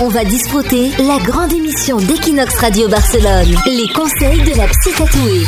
On va disfruter la grande émission d'Equinox Radio Barcelone. Les conseils de la psy tatouée.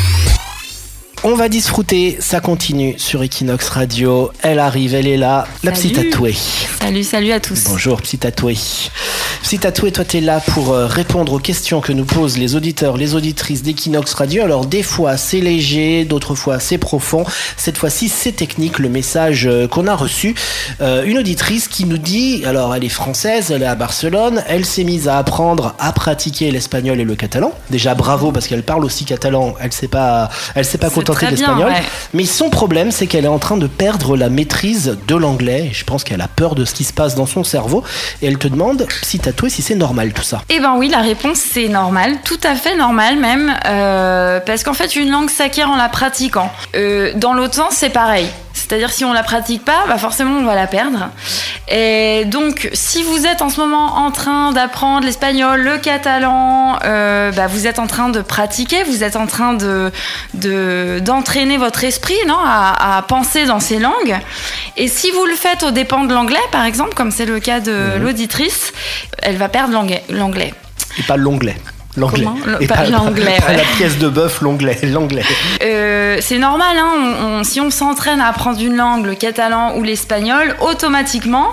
On va disfruter, ça continue sur Equinox Radio. Elle arrive, elle est là, la psy tatouée. Salut à tous. Bonjour psy tatouée. Psy tatouée, toi t'es là pour répondre aux questions que nous posent les auditeurs, les auditrices d'Equinox Radio. Alors des fois c'est léger, d'autres fois c'est profond. Cette fois-ci c'est technique, le message qu'on a reçu. Une auditrice qui nous dit, alors elle est française, elle est à Barcelone, elle s'est mise à apprendre à pratiquer l'espagnol et le catalan. Déjà bravo parce qu'elle parle aussi catalan, elle s'est pas contentée d'espagnol. Ouais. Mais son problème c'est qu'elle est en train de perdre la maîtrise de l'anglais. Je pense qu'elle a peur de ce qui se passe dans son cerveau et elle te demande, psy tatouée, si c'est normal tout ça. Eh ben oui, la réponse c'est normal, tout à fait normal même, parce qu'en fait une langue s'acquiert en la pratiquant. Dans l'autre sens c'est pareil. C'est-à-dire si on la pratique pas, bah forcément on va la perdre. Et donc si vous êtes en ce moment en train d'apprendre l'espagnol, le catalan, bah vous êtes en train de pratiquer, vous êtes en train d'entraîner votre esprit, non, à penser dans ces langues. Et si vous le faites aux dépens de l'anglais, par exemple, comme c'est le cas de l'auditrice, elle va perdre l'anglais. Et pas l'onglet. L'anglais. Et pas l'anglais. Pas la pièce de bœuf, l'anglais. C'est normal, hein, si on s'entraîne à apprendre une langue, le catalan ou l'espagnol, automatiquement,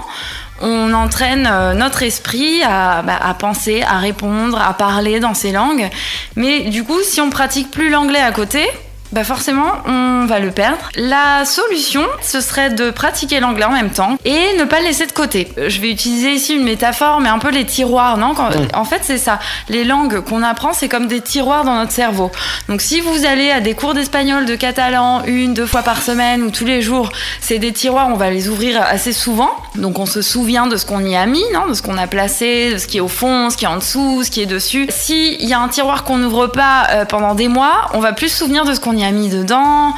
on entraîne notre esprit à penser, à répondre, à parler dans ces langues. Mais du coup, si on pratique plus l'anglais à côté, bah forcément, on va le perdre. La solution, ce serait de pratiquer l'anglais en même temps et ne pas le laisser de côté. Je vais utiliser ici une métaphore, mais un peu les tiroirs, non ? En fait, c'est ça. Les langues qu'on apprend, c'est comme des tiroirs dans notre cerveau. Donc, si vous allez à des cours d'espagnol, de catalan, 1-2 fois par semaine ou tous les jours, c'est des tiroirs, on va les ouvrir assez souvent. Donc, on se souvient de ce qu'on y a mis, non ? De ce qu'on a placé, de ce qui est au fond, ce qui est en dessous, ce qui est dessus. S'il y a un tiroir qu'on n'ouvre pas pendant des mois, on va plus se souvenir de ce qu'on y a mis dedans,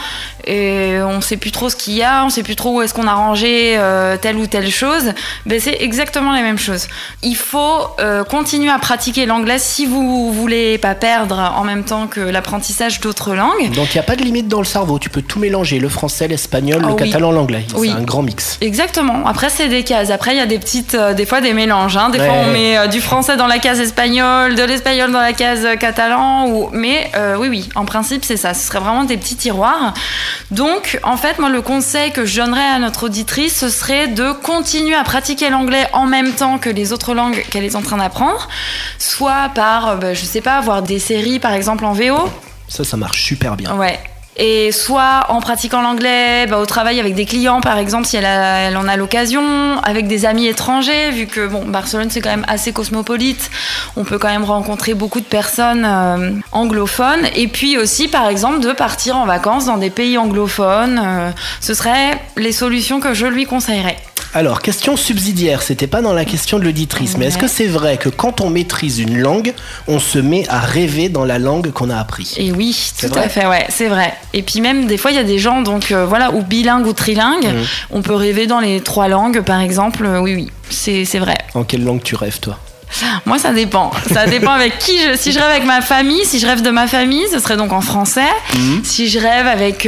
et on sait plus trop ce qu'il y a, on sait plus trop où est-ce qu'on a rangé telle ou telle chose. Ben c'est exactement la même chose. Il faut continuer à pratiquer l'anglais si vous voulez pas perdre en même temps que l'apprentissage d'autres langues. Donc il n'y a pas de limite dans le cerveau, tu peux tout mélanger, le français, l'espagnol, le catalan, l'anglais. C'est un grand mix. Exactement. Après c'est des cases. Après il y a des petites, des fois des mélanges. Hein. Des fois on met du français dans la case espagnol, de l'espagnol dans la case catalan. Mais oui, en principe c'est ça. Ce serait vraiment des petits tiroirs. Donc, en fait, moi, le conseil que je donnerais à notre auditrice, ce serait de continuer à pratiquer l'anglais en même temps que les autres langues qu'elle est en train d'apprendre, soit par, je sais pas, voir des séries, par exemple, en VO. Ça marche super bien. Ouais. Et soit en pratiquant l'anglais au travail avec des clients, par exemple, si elle en a l'occasion, avec des amis étrangers, vu que Barcelone c'est quand même assez cosmopolite, on peut quand même rencontrer beaucoup de personnes anglophones. Et puis aussi, par exemple, de partir en vacances dans des pays anglophones. Ce seraient les solutions que je lui conseillerais. Alors, question subsidiaire, c'était pas dans la question de l'auditrice, mais est-ce que c'est vrai que quand on maîtrise une langue, on se met à rêver dans la langue qu'on a appris ? Et oui, tout à fait, ouais, c'est vrai. Et puis même, des fois, il y a des gens, ou bilingues ou trilingues, on peut rêver dans les 3 langues, par exemple, oui, c'est vrai. En quelle langue tu rêves, toi ? Moi, ça dépend. Ça dépend avec qui si je rêve avec ma famille, si je rêve de ma famille, ce serait donc en français. Si je rêve avec,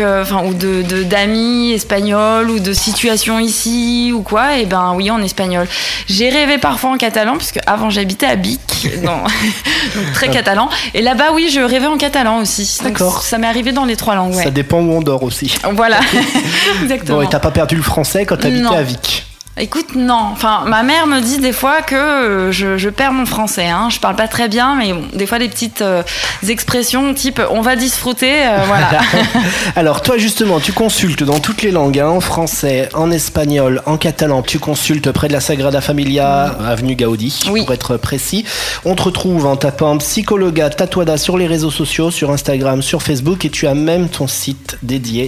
d'amis espagnols ou de situations ici ou quoi, oui, en espagnol. J'ai rêvé parfois en catalan, puisque avant j'habitais à Bic, donc très catalan. Et là-bas, oui, je rêvais en catalan aussi. D'accord. Donc, ça m'est arrivé dans les 3 langues. Ouais. Ça dépend où on dort aussi. Voilà, exactement. Bon, et t'as pas perdu le français quand t'habitais à Vic ? Écoute, non. Enfin, ma mère me dit des fois que je perds mon français. Hein. Je parle pas très bien, mais des fois des petites expressions type « on va disfruter », voilà. Alors toi justement, tu consultes dans toutes les langues, en français, en espagnol, en catalan. Tu consultes près de la Sagrada Familia, avenue Gaudi, pour être précis. On te retrouve en tapant Psychologa Tatuada sur les réseaux sociaux, sur Instagram, sur Facebook, et tu as même ton site dédié,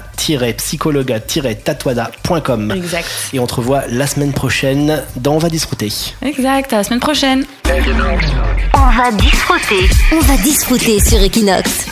la-psychologa-tatuada.com. Exact. Et on te revoit la semaine prochaine dans On va disfruter. Exact, à la semaine prochaine. On va disfruter. On va disfruter sur Equinox.